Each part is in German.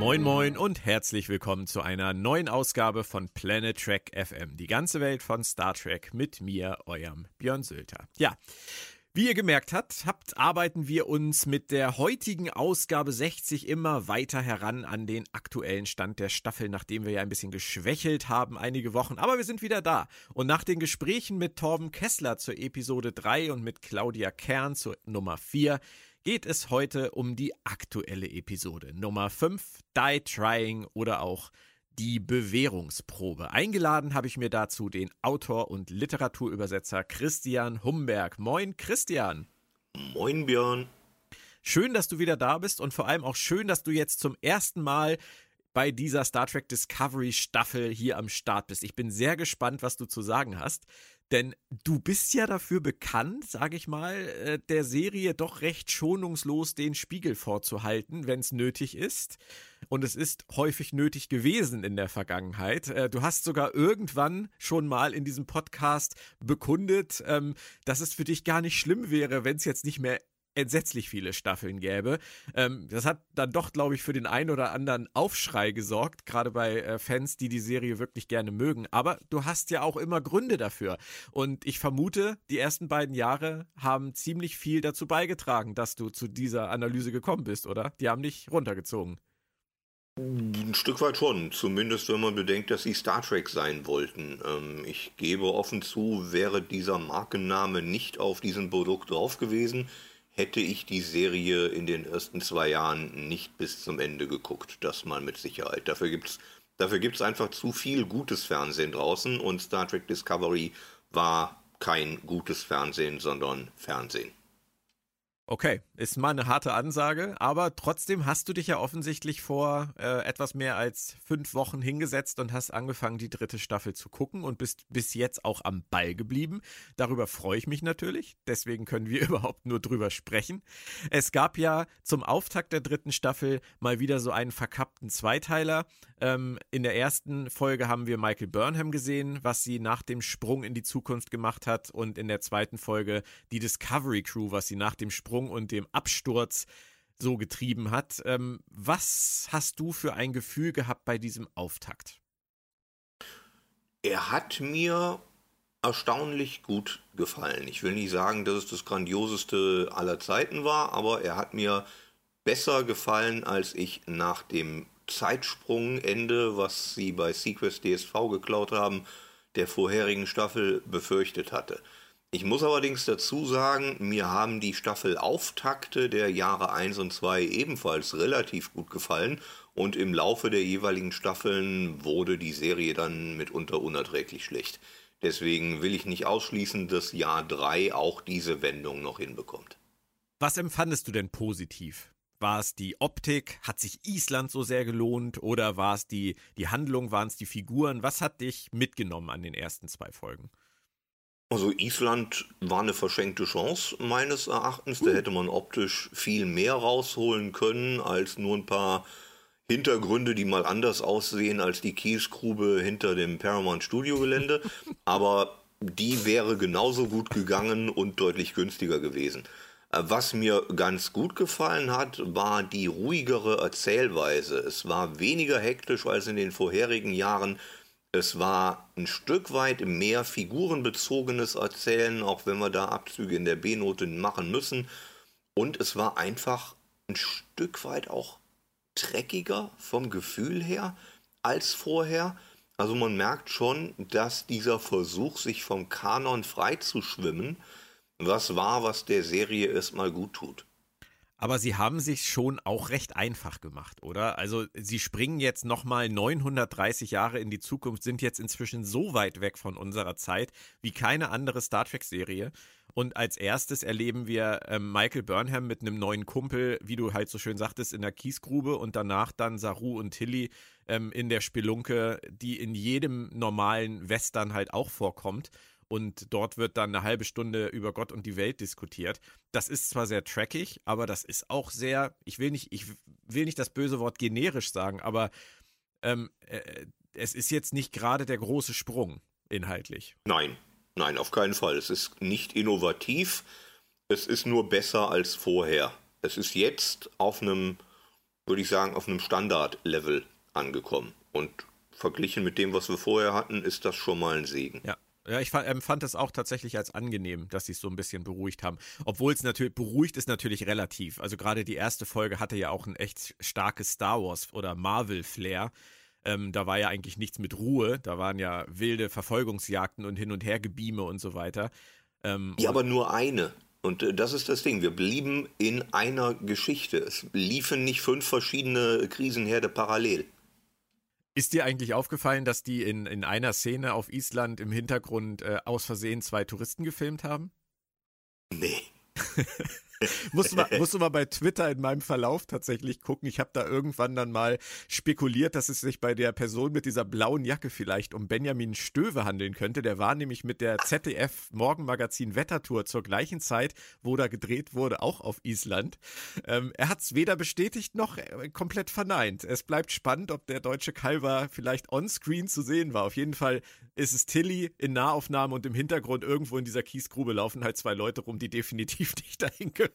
Moin Moin und herzlich willkommen zu einer neuen Ausgabe von Planet Trek FM. Die ganze Welt von Star Trek mit mir, eurem Björn Sülter. Ja, wie ihr gemerkt habt, arbeiten wir uns mit der heutigen Ausgabe 60 immer weiter heran an den aktuellen Stand der Staffel, nachdem wir ja ein bisschen geschwächelt haben einige Wochen. Aber wir sind wieder da. Und nach den Gesprächen mit Torben Kessler zur Episode 3 und mit Claudia Kern zur Nummer 4 geht es heute um die aktuelle Episode Nummer 5, Die Trying oder auch die Bewährungsprobe. Eingeladen habe ich mir dazu den Autor und Literaturübersetzer Christian Humberg. Moin Christian. Moin Björn. Schön, dass du wieder da bist und vor allem auch schön, dass du jetzt zum ersten Mal bei dieser Star Trek Discovery Staffel hier am Start bist. Ich bin sehr gespannt, was du zu sagen hast. Denn du bist ja dafür bekannt, sage ich mal, der Serie doch recht schonungslos den Spiegel vorzuhalten, wenn es nötig ist. Und es ist häufig nötig gewesen in der Vergangenheit. Du hast sogar irgendwann schon mal in diesem Podcast bekundet, dass es für dich gar nicht schlimm wäre, wenn es jetzt nicht mehr entsetzlich viele Staffeln gäbe. Das hat dann doch, glaube ich, für den einen oder anderen Aufschrei gesorgt, gerade bei Fans, die die Serie wirklich gerne mögen. Aber du hast ja auch immer Gründe dafür. Und ich vermute, die ersten beiden Jahre haben ziemlich viel dazu beigetragen, dass du zu dieser Analyse gekommen bist, oder? Die haben dich runtergezogen. Ein Stück weit schon, zumindest wenn man bedenkt, dass sie Star Trek sein wollten. Ich gebe offen zu, wäre dieser Markenname nicht auf diesem Produkt drauf gewesen, hätte ich die Serie in den ersten 2 Jahren nicht bis zum Ende geguckt. Das mal mit Sicherheit. Dafür gibt's einfach zu viel gutes Fernsehen draußen und Star Trek Discovery war kein gutes Fernsehen, sondern Fernsehen. Okay, ist mal eine harte Ansage, aber trotzdem hast du dich ja offensichtlich vor etwas mehr als 5 Wochen hingesetzt und hast angefangen, die 3. Staffel zu gucken und bist bis jetzt auch am Ball geblieben. Darüber freue ich mich natürlich, deswegen können wir überhaupt nur drüber sprechen. Es gab ja zum Auftakt der 3. Staffel mal wieder so einen verkappten Zweiteiler. In der ersten Folge haben wir Michael Burnham gesehen, was sie nach dem Sprung in die Zukunft gemacht hat, und in der zweiten Folge die Discovery Crew, was sie nach dem Sprung und dem Absturz so getrieben hat. Was hast du für ein Gefühl gehabt bei diesem Auftakt? Er hat mir erstaunlich gut gefallen. Ich will nicht sagen, dass es das Grandioseste aller Zeiten war, aber er hat mir besser gefallen, als ich nach dem Zeitsprungende, was sie bei Sequest DSV geklaut haben, der vorherigen Staffel befürchtet hatte. Ich muss allerdings dazu sagen, mir haben die Staffelauftakte der Jahre 1 und 2 ebenfalls relativ gut gefallen und im Laufe der jeweiligen Staffeln wurde die Serie dann mitunter unerträglich schlecht. Deswegen will ich nicht ausschließen, dass Jahr 3 auch diese Wendung noch hinbekommt. Was empfandest du denn positiv? War es die Optik? Hat sich Island so sehr gelohnt? Oder war es die Handlung? Waren es die Figuren? Was hat dich mitgenommen an den ersten 2 Folgen? Also Island war eine verschenkte Chance meines Erachtens. Da hätte man optisch viel mehr rausholen können als nur ein paar Hintergründe, die mal anders aussehen als die Kiesgrube hinter dem Paramount Studio Gelände. Aber die wäre genauso gut gegangen und deutlich günstiger gewesen. Was mir ganz gut gefallen hat, war die ruhigere Erzählweise. Es war weniger hektisch als in den vorherigen Jahren. Es war ein Stück weit mehr figurenbezogenes Erzählen, auch wenn wir da Abzüge in der B-Note machen müssen. Und es war einfach ein Stück weit auch dreckiger vom Gefühl her als vorher. Also man merkt schon, dass dieser Versuch, sich vom Kanon freizuschwimmen, was der Serie erstmal gut tut. Aber sie haben sich schon auch recht einfach gemacht, oder? Also sie springen jetzt nochmal 930 Jahre in die Zukunft, sind jetzt inzwischen so weit weg von unserer Zeit wie keine andere Star Trek-Serie. Und als erstes erleben wir Michael Burnham mit einem neuen Kumpel, wie du halt so schön sagtest, in der Kiesgrube, und danach dann Saru und Tilly in der Spelunke, die in jedem normalen Western halt auch vorkommt. Und dort wird dann eine halbe Stunde über Gott und die Welt diskutiert. Das ist zwar sehr trackig, aber das ist auch sehr, ich will nicht das böse Wort generisch sagen, aber es ist jetzt nicht gerade der große Sprung inhaltlich. Nein, auf keinen Fall. Es ist nicht innovativ, es ist nur besser als vorher. Es ist jetzt auf einem würde ich sagen, auf einem Standard-Level angekommen. Und verglichen mit dem, was wir vorher hatten, ist das schon mal ein Segen. Ja. Ja, ich empfand es auch tatsächlich als angenehm, dass sie es so ein bisschen beruhigt haben. Obwohl es natürlich, beruhigt ist natürlich relativ. Also gerade die erste Folge hatte ja auch ein echt starkes Star Wars- oder Marvel-Flair. Da war ja eigentlich nichts mit Ruhe. Da waren ja wilde Verfolgungsjagden und Hin- und Hergebeame und so weiter. Ja, aber nur eine. Und das ist das Ding. Wir blieben in einer Geschichte. Es liefen nicht 5 verschiedene Krisenherde parallel. Ist dir eigentlich aufgefallen, dass die in einer Szene auf Island im Hintergrund aus Versehen 2 Touristen gefilmt haben? Nee. Musst du mal bei Twitter in meinem Verlauf tatsächlich gucken. Ich habe da irgendwann dann mal spekuliert, dass es sich bei der Person mit dieser blauen Jacke vielleicht um Benjamin Stöwe handeln könnte. Der war nämlich mit der ZDF-Morgenmagazin Wettertour zur gleichen Zeit, wo da gedreht wurde, auch auf Island. Er hat es weder bestätigt noch komplett verneint. Es bleibt spannend, ob der deutsche Kalver vielleicht onscreen zu sehen war. Auf jeden Fall ist es Tilly in Nahaufnahme und im Hintergrund irgendwo in dieser Kiesgrube laufen halt 2 Leute rum, die definitiv nicht dahin gehören.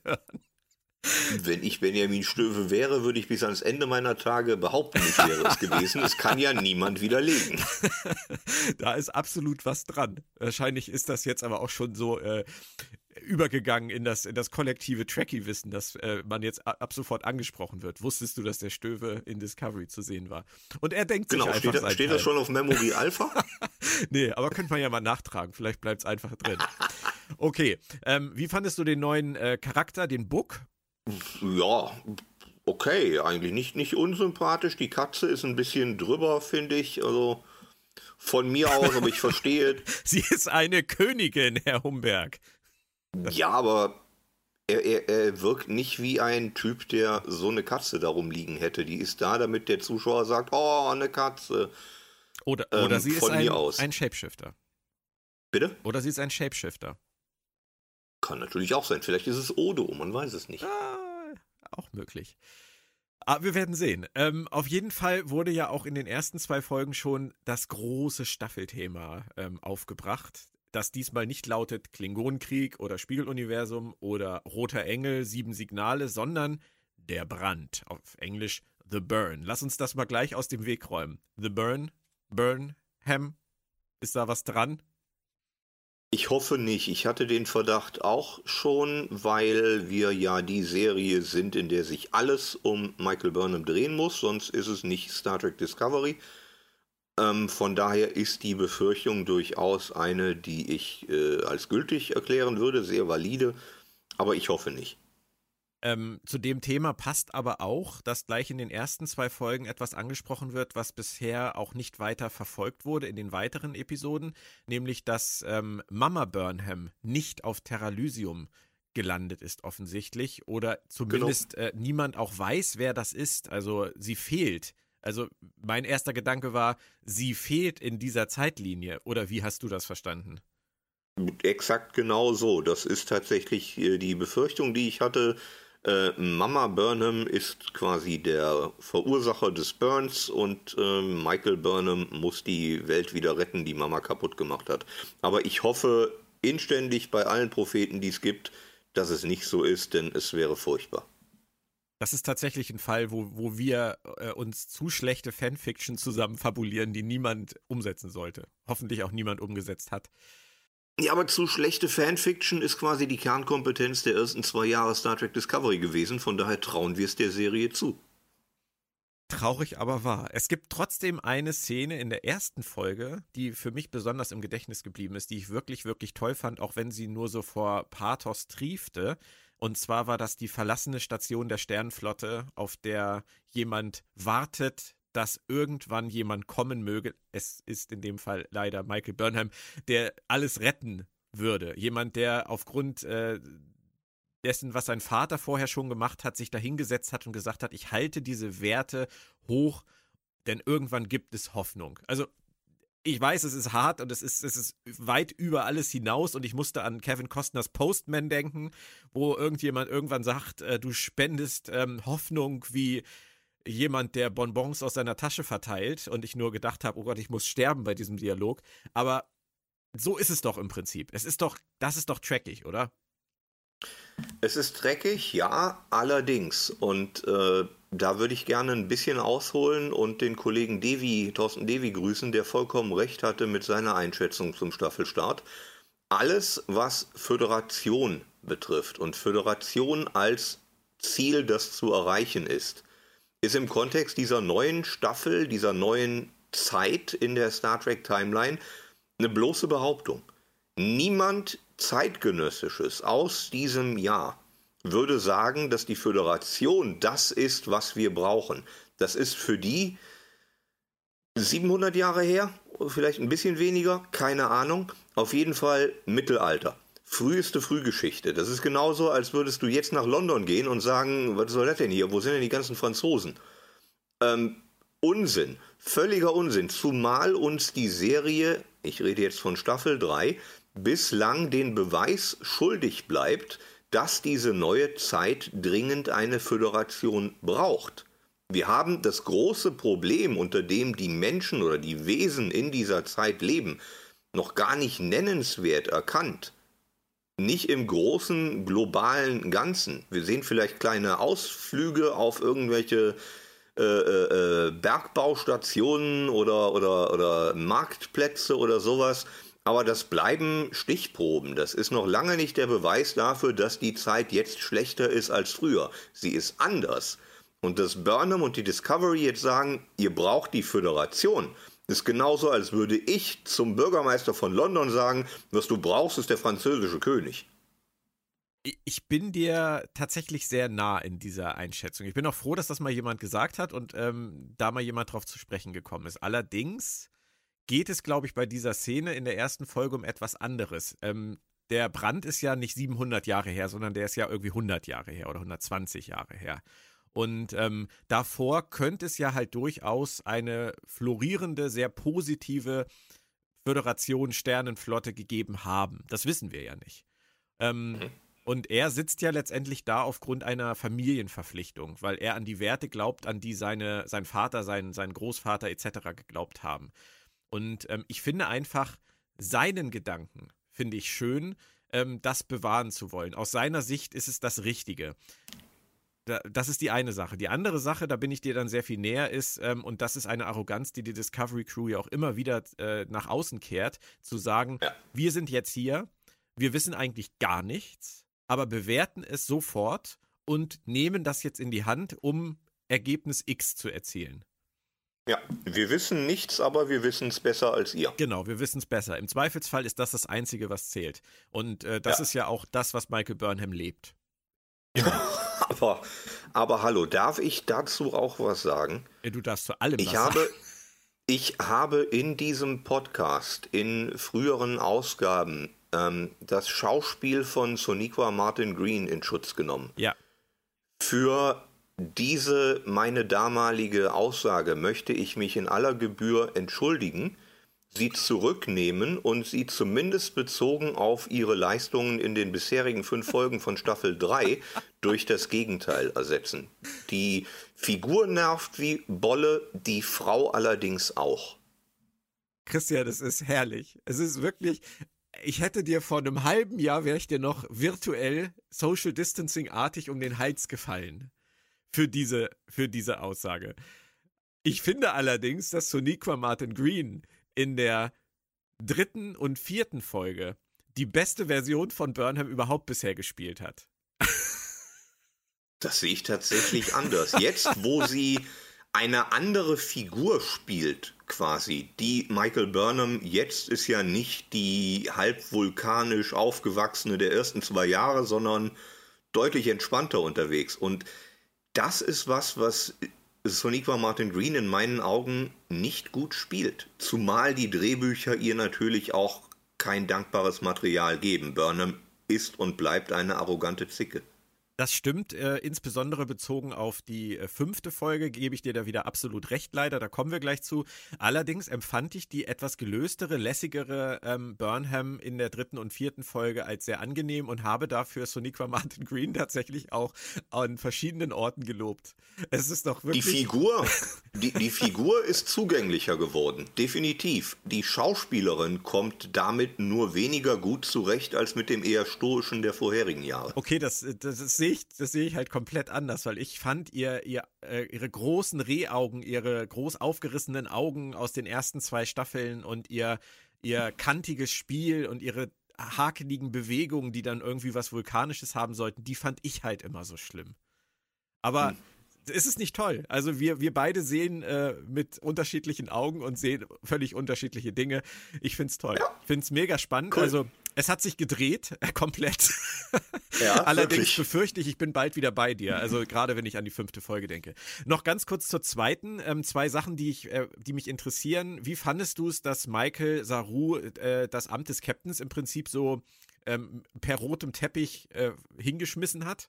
Wenn ich Benjamin Stöwe wäre, würde ich bis ans Ende meiner Tage behaupten, ich wäre es gewesen. Es kann ja niemand widerlegen. Da ist absolut was dran. Wahrscheinlich ist das jetzt aber auch schon so übergegangen in das kollektive Trekkie-Wissen, dass man jetzt ab sofort angesprochen wird. Wusstest du, dass der Stöwe in Discovery zu sehen war? Und er denkt sich einfach Genau, steht das schon auf Memory Alpha? Nee, aber könnte man ja mal nachtragen. Vielleicht bleibt es einfach drin. Okay, wie fandest du den neuen Charakter, den Book? Ja, okay, eigentlich nicht unsympathisch. Die Katze ist ein bisschen drüber, finde ich. Also von mir aus, aber ich verstehe. Sie ist eine Königin, Herr Humberg. Ja, aber er wirkt nicht wie ein Typ, der so eine Katze darum liegen hätte. Die ist da, damit der Zuschauer sagt, oh, eine Katze. Oder sie ist ein ein Shapeshifter. Bitte? Oder sie ist ein Shapeshifter. Kann natürlich auch sein. Vielleicht ist es Odo, man weiß es nicht. Auch möglich. Aber wir werden sehen. Auf jeden Fall wurde ja auch in den ersten 2 Folgen schon das große Staffelthema aufgebracht, das diesmal nicht lautet Klingonenkrieg oder Spiegeluniversum oder Roter Engel, 7 Signale, sondern der Brand. Auf Englisch The Burn. Lass uns das mal gleich aus dem Weg räumen. The Burn, Burnham, ist da was dran? Ich hoffe nicht. Ich hatte den Verdacht auch schon, weil wir ja die Serie sind, in der sich alles um Michael Burnham drehen muss, sonst ist es nicht Star Trek Discovery. Von daher ist die Befürchtung durchaus eine, die ich als gültig erklären würde, sehr valide, aber ich hoffe nicht. Zu dem Thema passt aber auch, dass gleich in den ersten 2 Folgen etwas angesprochen wird, was bisher auch nicht weiter verfolgt wurde in den weiteren Episoden, nämlich dass Mama Burnham nicht auf Terralysium gelandet ist offensichtlich oder zumindest niemand auch weiß, wer das ist. Also sie fehlt. Also mein erster Gedanke war, sie fehlt in dieser Zeitlinie. Oder wie hast du das verstanden? Exakt genau so. Das ist tatsächlich die Befürchtung, die ich hatte. Mama Burnham ist quasi der Verursacher des Burns und Michael Burnham muss die Welt wieder retten, die Mama kaputt gemacht hat. Aber ich hoffe inständig bei allen Propheten, die es gibt, dass es nicht so ist, denn es wäre furchtbar. Das ist tatsächlich ein Fall, wo wir uns zu schlechte Fanfiction zusammen fabulieren, die niemand umsetzen sollte. Hoffentlich auch niemand umgesetzt hat. Ja, aber zu schlechte Fanfiction ist quasi die Kernkompetenz der ersten 2 Jahre Star Trek Discovery gewesen, von daher trauen wir es der Serie zu. Traurig, aber wahr. Es gibt trotzdem eine Szene in der ersten Folge, die für mich besonders im Gedächtnis geblieben ist, die ich wirklich, wirklich toll fand, auch wenn sie nur so vor Pathos triefte. Und zwar war das die verlassene Station der Sternenflotte, auf der jemand wartet, dass irgendwann jemand kommen möge. Es ist in dem Fall leider Michael Burnham, der alles retten würde. Jemand, der aufgrund dessen, was sein Vater vorher schon gemacht hat, sich dahingesetzt hat und gesagt hat, ich halte diese Werte hoch, denn irgendwann gibt es Hoffnung. Also ich weiß, es ist hart und es ist weit über alles hinaus und ich musste an Kevin Costners Postman denken, wo irgendjemand irgendwann sagt, du spendest Hoffnung wie jemand, der Bonbons aus seiner Tasche verteilt und ich nur gedacht habe, oh Gott, ich muss sterben bei diesem Dialog. Aber so ist es doch im Prinzip. Das ist doch trackig, oder? Es ist dreckig, ja, allerdings. Und da würde ich gerne ein bisschen ausholen und den Kollegen Thorsten Devi grüßen, der vollkommen recht hatte mit seiner Einschätzung zum Staffelstart. Alles, was Föderation betrifft und Föderation als Ziel, das zu erreichen ist im Kontext dieser neuen Staffel, dieser neuen Zeit in der Star Trek Timeline eine bloße Behauptung. Niemand Zeitgenössisches aus diesem Jahr würde sagen, dass die Föderation das ist, was wir brauchen. Das ist für die 700 Jahre her, vielleicht ein bisschen weniger, keine Ahnung. Auf jeden Fall Mittelalter. Früheste Frühgeschichte. Das ist genauso, als würdest du jetzt nach London gehen und sagen, was soll das denn hier? Wo sind denn die ganzen Franzosen? Unsinn. Völliger Unsinn. Zumal uns die Serie, ich rede jetzt von Staffel 3, bislang den Beweis schuldig bleibt, dass diese neue Zeit dringend eine Föderation braucht. Wir haben das große Problem, unter dem die Menschen oder die Wesen in dieser Zeit leben, noch gar nicht nennenswert erkannt. Nicht im großen, globalen Ganzen. Wir sehen vielleicht kleine Ausflüge auf irgendwelche Bergbaustationen oder Marktplätze oder sowas. Aber das bleiben Stichproben. Das ist noch lange nicht der Beweis dafür, dass die Zeit jetzt schlechter ist als früher. Sie ist anders. Und dass Burnham und die Discovery jetzt sagen, ihr braucht die Föderation, ist genauso, als würde ich zum Bürgermeister von London sagen, was du brauchst, ist der französische König. Ich bin dir tatsächlich sehr nah in dieser Einschätzung. Ich bin auch froh, dass das mal jemand gesagt hat und da mal jemand drauf zu sprechen gekommen ist. Allerdings geht es, glaube ich, bei dieser Szene in der ersten Folge um etwas anderes. Der Brand ist ja nicht 700 Jahre her, sondern der ist ja irgendwie 100 Jahre her oder 120 Jahre her. Und davor könnte es ja halt durchaus eine florierende, sehr positive Föderation Sternenflotte gegeben haben. Das wissen wir ja nicht. Und er sitzt ja letztendlich da aufgrund einer Familienverpflichtung, weil er an die Werte glaubt, an die sein Vater, sein Großvater etc. geglaubt haben. Und ich finde einfach seinen Gedanken, finde ich schön, das bewahren zu wollen. Aus seiner Sicht ist es das Richtige. Das ist die eine Sache. Die andere Sache, da bin ich dir dann sehr viel näher, ist, und das ist eine Arroganz, die Discovery Crew ja auch immer wieder nach außen kehrt, zu sagen, ja, wir sind jetzt hier, wir wissen eigentlich gar nichts, aber bewerten es sofort und nehmen das jetzt in die Hand, um Ergebnis X zu erzielen. Ja, wir wissen nichts, aber wir wissen es besser als ihr. Genau, wir wissen es besser. Im Zweifelsfall ist das Einzige, was zählt. Und das ist ja auch das, was Michael Burnham lebt. aber hallo, darf ich dazu auch was sagen? Du darfst zu allem was sagen. Ich habe in diesem Podcast, in früheren Ausgaben, das Schauspiel von Sonequa Martin Green in Schutz genommen. Ja. Für diese meine damalige Aussage möchte ich mich in aller Gebühr entschuldigen, sie zurücknehmen und sie zumindest bezogen auf ihre Leistungen in den bisherigen 5 Folgen von Staffel 3 durch das Gegenteil ersetzen. Die Figur nervt wie Bolle, die Frau allerdings auch. Christian, das ist herrlich. Es ist wirklich, ich hätte dir vor einem halben Jahr, wäre ich dir noch virtuell Social Distancing-artig um den Hals gefallen. Für diese Aussage. Ich finde allerdings, dass Sonequa Martin Green in der 3. und 4. Folge die beste Version von Burnham überhaupt bisher gespielt hat. Das sehe ich tatsächlich anders. Jetzt, wo sie eine andere Figur spielt, quasi, die Michael Burnham jetzt ist ja nicht die halb vulkanisch aufgewachsene der ersten 2 Jahre, sondern deutlich entspannter unterwegs. Und das ist was Sonequa Martin Green in meinen Augen nicht gut spielt. Zumal die Drehbücher ihr natürlich auch kein dankbares Material geben. Burnham ist und bleibt eine arrogante Zicke. Das stimmt, insbesondere bezogen auf die 5. Folge gebe ich dir da wieder absolut recht, leider, da kommen wir gleich zu. Allerdings empfand ich die etwas gelöstere, lässigere Burnham in der 3. und 4. Folge als sehr angenehm und habe dafür Sonequa Martin Green tatsächlich auch an verschiedenen Orten gelobt. Es ist doch wirklich... Die Figur ist zugänglicher geworden, definitiv. Die Schauspielerin kommt damit nur weniger gut zurecht als mit dem eher stoischen der vorherigen Jahre. Okay, das sehe sehe ich halt komplett anders, weil ich fand ihre großen Rehaugen, ihre groß aufgerissenen Augen aus den ersten 2 Staffeln und ihr kantiges Spiel und ihre hakeligen Bewegungen, die dann irgendwie was Vulkanisches haben sollten, die fand ich halt immer so schlimm. Aber ist es nicht toll? Also wir beide sehen mit unterschiedlichen Augen und sehen völlig unterschiedliche Dinge. Ich find's toll. Ja. Ich find's mega spannend. Cool. Also es hat sich gedreht, komplett. Ja, Allerdings wirklich. befürchte ich bin bald wieder bei dir. Also gerade wenn ich an die 5. Folge denke. Noch ganz kurz zur 2. 2 Sachen, die mich interessieren. Wie fandest du es, dass Michael Saru das Amt des Captains im Prinzip so per rotem Teppich hingeschmissen hat?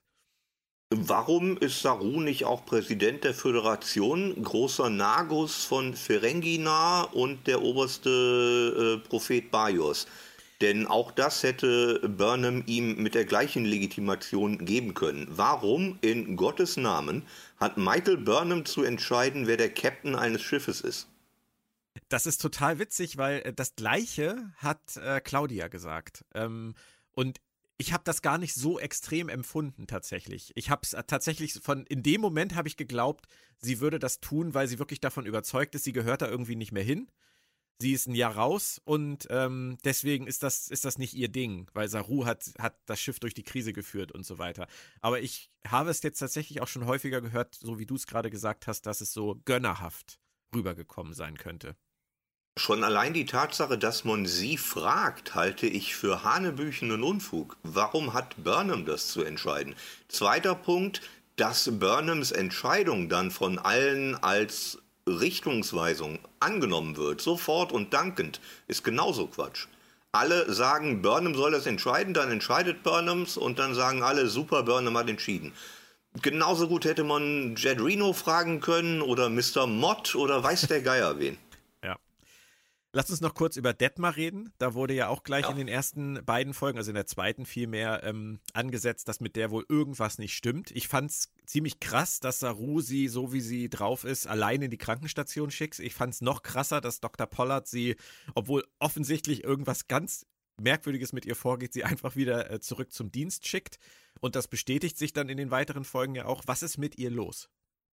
Warum ist Saru nicht auch Präsident der Föderation, großer Nagus von Ferengina und der oberste Prophet Barrios? Denn auch das hätte Burnham ihm mit der gleichen Legitimation geben können. Warum in Gottes Namen hat Michael Burnham zu entscheiden, wer der Captain eines Schiffes ist? Das ist total witzig, weil das Gleiche hat Claudia gesagt. Und ich habe das gar nicht so extrem empfunden tatsächlich. Ich habe es tatsächlich in dem Moment habe ich geglaubt, sie würde das tun, weil sie wirklich davon überzeugt ist, sie gehört da irgendwie nicht mehr hin. Sie ist ein Jahr raus und deswegen ist das nicht ihr Ding, weil Saru hat das Schiff durch die Krise geführt und so weiter. Aber ich habe es jetzt tatsächlich auch schon häufiger gehört, so wie du es gerade gesagt hast, dass es so gönnerhaft rübergekommen sein könnte. Schon allein die Tatsache, dass man sie fragt, halte ich für hanebüchenen Unfug. Warum hat Burnham das zu entscheiden? Zweiter Punkt, dass Burnhams Entscheidung dann von allen als Richtungsweisung angenommen wird, sofort und dankend, ist genauso Quatsch. Alle sagen, Burnham soll das entscheiden, dann entscheidet Burnhams und dann sagen alle, super, Burnham hat entschieden. Genauso gut hätte man Jed Reno fragen können oder Mr. Mott oder weiß der Geier wen. Lass uns noch kurz über Detmar reden. Da wurde ja auch gleich in den ersten beiden Folgen, also in der 2. vielmehr, angesetzt, dass mit der wohl irgendwas nicht stimmt. Ich fand's ziemlich krass, dass Saru sie, so wie sie drauf ist, alleine in die Krankenstation schickt. Ich fand's noch krasser, dass Dr. Pollard sie, obwohl offensichtlich irgendwas ganz Merkwürdiges mit ihr vorgeht, sie einfach wieder zurück zum Dienst schickt. Und das bestätigt sich dann in den weiteren Folgen ja auch. Was ist mit ihr los?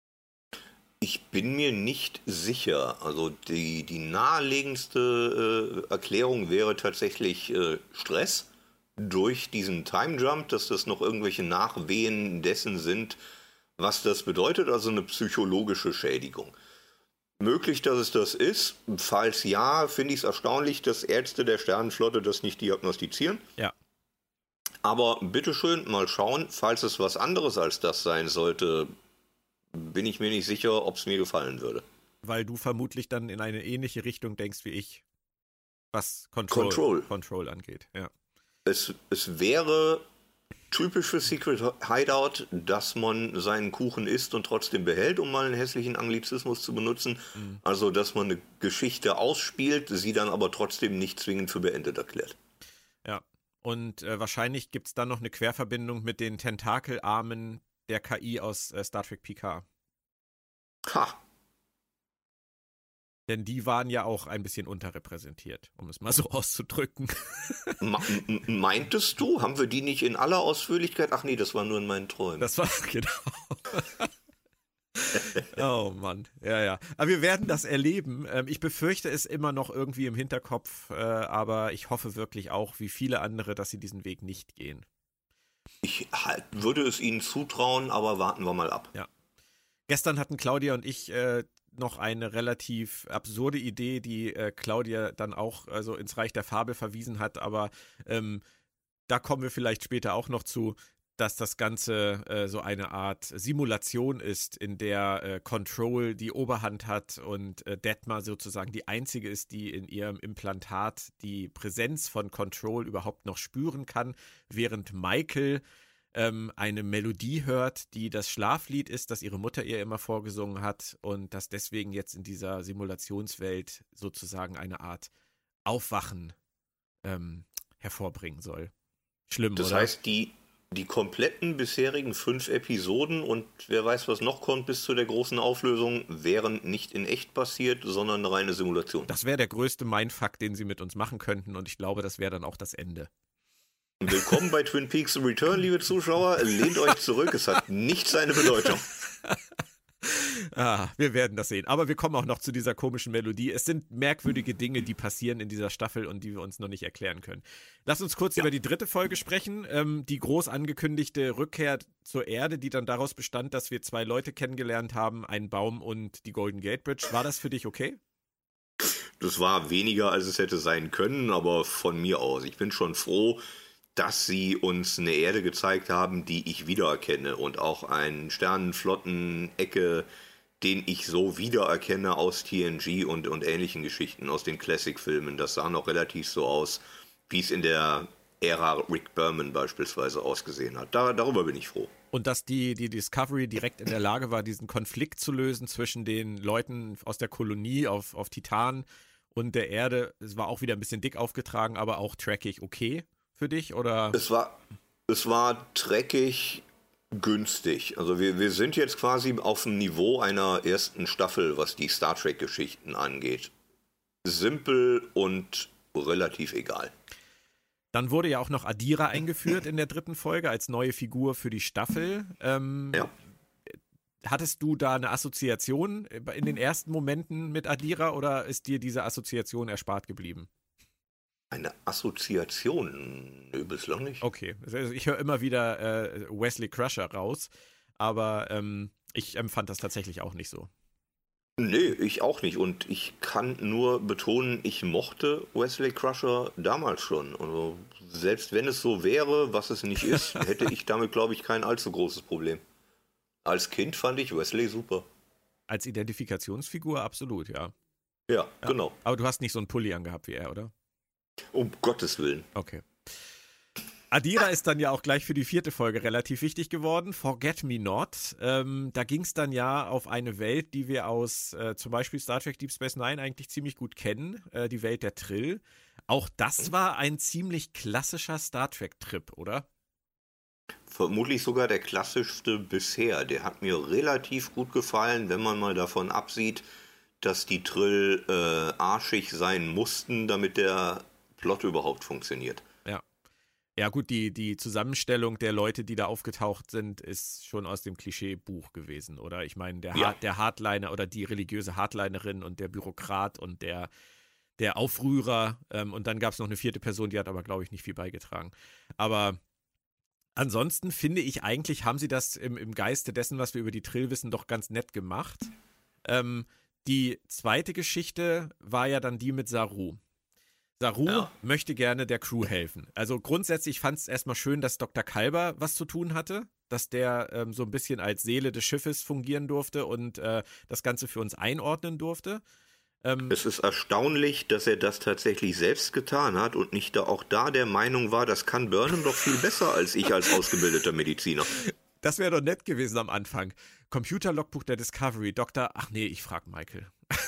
Ich bin mir nicht sicher. Also die naheliegendste Erklärung wäre tatsächlich Stress durch diesen Time Jump, dass das noch irgendwelche Nachwehen dessen sind, was das bedeutet, also eine psychologische Schädigung. Möglich, dass es das ist. Falls ja, finde ich es erstaunlich, dass Ärzte der Sternenflotte das nicht diagnostizieren. Ja. Aber bitteschön, mal schauen, falls es was anderes als das sein sollte, bin ich mir nicht sicher, ob es mir gefallen würde. Weil du vermutlich dann in eine ähnliche Richtung denkst wie ich, was Control angeht. Ja. Es wäre typisch für Secret Hideout, dass man seinen Kuchen isst und trotzdem behält, um mal einen hässlichen Anglizismus zu benutzen. Mhm. Also, dass man eine Geschichte ausspielt, sie dann aber trotzdem nicht zwingend für beendet erklärt. Ja, und wahrscheinlich gibt es dann noch eine Querverbindung mit den Tentakelarmen der KI aus Star Trek Picard. Ha! Denn die waren ja auch ein bisschen unterrepräsentiert, um es mal so auszudrücken. Meintest du? Haben wir die nicht in aller Ausführlichkeit? Ach nee, das war nur in meinen Träumen. Das war, genau. Oh Mann, ja. Aber wir werden das erleben. Ich befürchte es immer noch irgendwie im Hinterkopf, aber ich hoffe wirklich auch, wie viele andere, dass sie diesen Weg nicht gehen. Ich würde es ihnen zutrauen, aber warten wir mal ab. Ja. Gestern hatten Claudia und ich noch eine relativ absurde Idee, die Claudia dann auch also ins Reich der Fabel verwiesen hat, aber da kommen wir vielleicht später auch noch zu, dass das Ganze so eine Art Simulation ist, in der Control die Oberhand hat und Detmar sozusagen die einzige ist, die in ihrem Implantat die Präsenz von Control überhaupt noch spüren kann, während Michael eine Melodie hört, die das Schlaflied ist, das ihre Mutter ihr immer vorgesungen hat und das deswegen jetzt in dieser Simulationswelt sozusagen eine Art Aufwachen hervorbringen soll. Schlimm, das oder? Das heißt, die kompletten bisherigen 5 Episoden und wer weiß, was noch kommt bis zu der großen Auflösung, wären nicht in echt passiert, sondern eine reine Simulation. Das wäre der größte Mindfuck, den sie mit uns machen könnten und ich glaube, das wäre dann auch das Ende. Willkommen bei Twin Peaks The Return, liebe Zuschauer. Lehnt euch zurück, es hat nicht seine Bedeutung. Wir werden das sehen. Aber wir kommen auch noch zu dieser komischen Melodie. Es sind merkwürdige Dinge, die passieren in dieser Staffel und die wir uns noch nicht erklären können. Lass uns kurz über die 3. Folge sprechen. Die groß angekündigte Rückkehr zur Erde, die dann daraus bestand, dass wir 2 Leute kennengelernt haben, einen Baum und die Golden Gate Bridge. War das für dich okay? Das war weniger, als es hätte sein können, aber von mir aus. Ich bin schon froh, dass sie uns eine Erde gezeigt haben, die ich wiedererkenne und auch einen Sternenflotten-Ecke, den ich so wiedererkenne aus TNG und ähnlichen Geschichten aus den Classic-Filmen. Das sah noch relativ so aus, wie es in der Ära Rick Berman beispielsweise ausgesehen hat. Darüber bin ich froh. Und dass die Discovery direkt in der Lage war, diesen Konflikt zu lösen zwischen den Leuten aus der Kolonie auf Titan und der Erde. Es war auch wieder ein bisschen dick aufgetragen, aber auch trackig okay für dich, oder? Es war dreckig günstig. Also wir sind jetzt quasi auf dem Niveau einer ersten Staffel, was die Star Trek-Geschichten angeht. Simpel und relativ egal. Dann wurde ja auch noch Adira eingeführt in der 3. Folge als neue Figur für die Staffel. Ja. Hattest du da eine Assoziation in den ersten Momenten mit Adira oder ist dir diese Assoziation erspart geblieben? Eine Assoziation? Nö, bislang nicht. Okay, also ich höre immer wieder Wesley Crusher raus, aber ich empfand das tatsächlich auch nicht so. Nee, ich auch nicht. Und ich kann nur betonen, ich mochte Wesley Crusher damals schon. Also selbst wenn es so wäre, was es nicht ist, hätte ich damit, glaube ich, kein allzu großes Problem. Als Kind fand ich Wesley super. Als Identifikationsfigur absolut, ja. Ja, genau. Aber du hast nicht so einen Pulli angehabt wie er, oder? Um Gottes Willen. Okay. Adira ist dann ja auch gleich für die 4. Folge relativ wichtig geworden. Forget Me Not. Da ging es dann ja auf eine Welt, die wir aus zum Beispiel Star Trek Deep Space Nine eigentlich ziemlich gut kennen. Die Welt der Trill. Auch das war ein ziemlich klassischer Star Trek-Trip, oder? Vermutlich sogar der klassischste bisher. Der hat mir relativ gut gefallen, wenn man mal davon absieht, dass die Trill arschig sein mussten, damit der Plot überhaupt funktioniert. Ja gut, die Zusammenstellung der Leute, die da aufgetaucht sind, ist schon aus dem Klischeebuch gewesen, oder? Ich meine, der Hardliner oder die religiöse Hardlinerin und der Bürokrat und der Aufrührer und dann gab es noch eine 4. Person, die hat aber, glaube ich, nicht viel beigetragen. Aber ansonsten finde ich eigentlich, haben sie das im Geiste dessen, was wir über die Trill wissen, doch ganz nett gemacht. Die 2. Geschichte war ja dann die mit Saru. Saru möchte gerne der Crew helfen. Also grundsätzlich fand es erstmal schön, dass Dr. Kalber was zu tun hatte, dass der so ein bisschen als Seele des Schiffes fungieren durfte und das Ganze für uns einordnen durfte. Es ist erstaunlich, dass er das tatsächlich selbst getan hat und nicht auch da der Meinung war, das kann Burnham doch viel besser als ich als ausgebildeter Mediziner. Das wäre doch nett gewesen am Anfang. Computer-Logbuch der Discovery, Ach nee, ich frage Michael.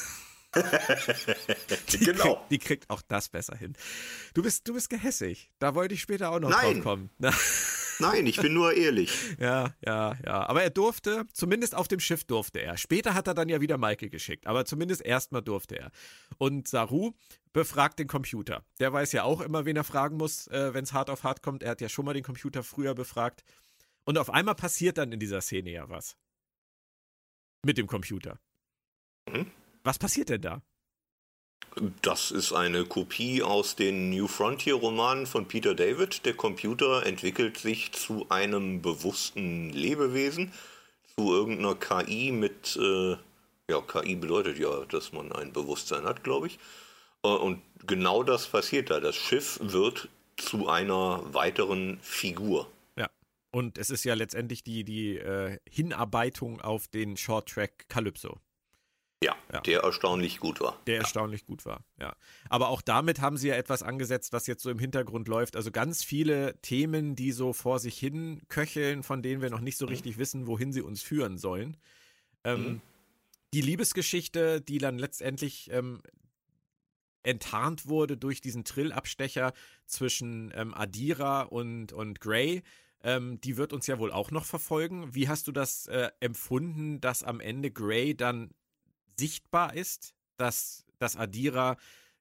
Genau. Die kriegt auch das besser hin. Du bist gehässig. Da wollte ich später auch noch drauf kommen. Nein, ich bin nur ehrlich. Ja. Aber er durfte, zumindest auf dem Schiff durfte er. Später hat er dann ja wieder Michael geschickt, aber zumindest erstmal durfte er. Und Saru befragt den Computer. Der weiß ja auch immer, wen er fragen muss, wenn es hart auf hart kommt. Er hat ja schon mal den Computer früher befragt. Und auf einmal passiert dann in dieser Szene ja was. Mit dem Computer. Was passiert denn da? Das ist eine Kopie aus den New Frontier-Romanen von Peter David. Der Computer entwickelt sich zu einem bewussten Lebewesen, zu irgendeiner KI mit, KI bedeutet ja, dass man ein Bewusstsein hat, glaube ich. Und genau das passiert da. Das Schiff wird zu einer weiteren Figur. Ja, und es ist ja letztendlich die Hinarbeitung auf den Short-Track Calypso. Ja, der erstaunlich gut war. Erstaunlich gut war, ja. Aber auch damit haben sie ja etwas angesetzt, was jetzt so im Hintergrund läuft. Also ganz viele Themen, die so vor sich hin köcheln, von denen wir noch nicht so richtig wissen, wohin sie uns führen sollen. Die Liebesgeschichte, die dann letztendlich enttarnt wurde durch diesen Trill-Abstecher zwischen Adira und Grey, die wird uns ja wohl auch noch verfolgen. Wie hast du das empfunden, dass am Ende Grey dann sichtbar ist, dass Adira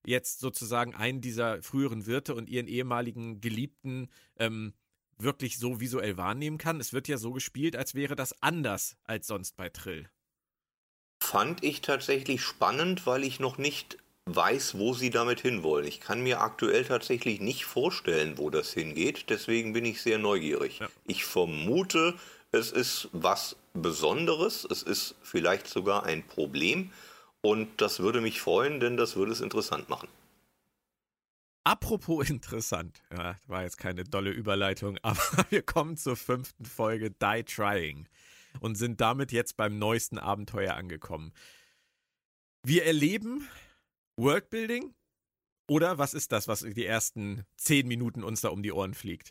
jetzt sozusagen einen dieser früheren Wirte und ihren ehemaligen Geliebten wirklich so visuell wahrnehmen kann. Es wird ja so gespielt, als wäre das anders als sonst bei Trill. Fand ich tatsächlich spannend, weil ich noch nicht weiß, wo sie damit hinwollen. Ich kann mir aktuell tatsächlich nicht vorstellen, wo das hingeht. Deswegen bin ich sehr neugierig. Ja. Ich vermute, es ist was Besonderes. Es ist vielleicht sogar ein Problem. Und das würde mich freuen, denn das würde es interessant machen. Apropos interessant, ja, war jetzt keine dolle Überleitung, aber wir kommen zur 5. Folge Die Trying und sind damit jetzt beim neuesten Abenteuer angekommen. Wir erleben Worldbuilding oder was ist das, was die ersten 10 Minuten uns da um die Ohren fliegt?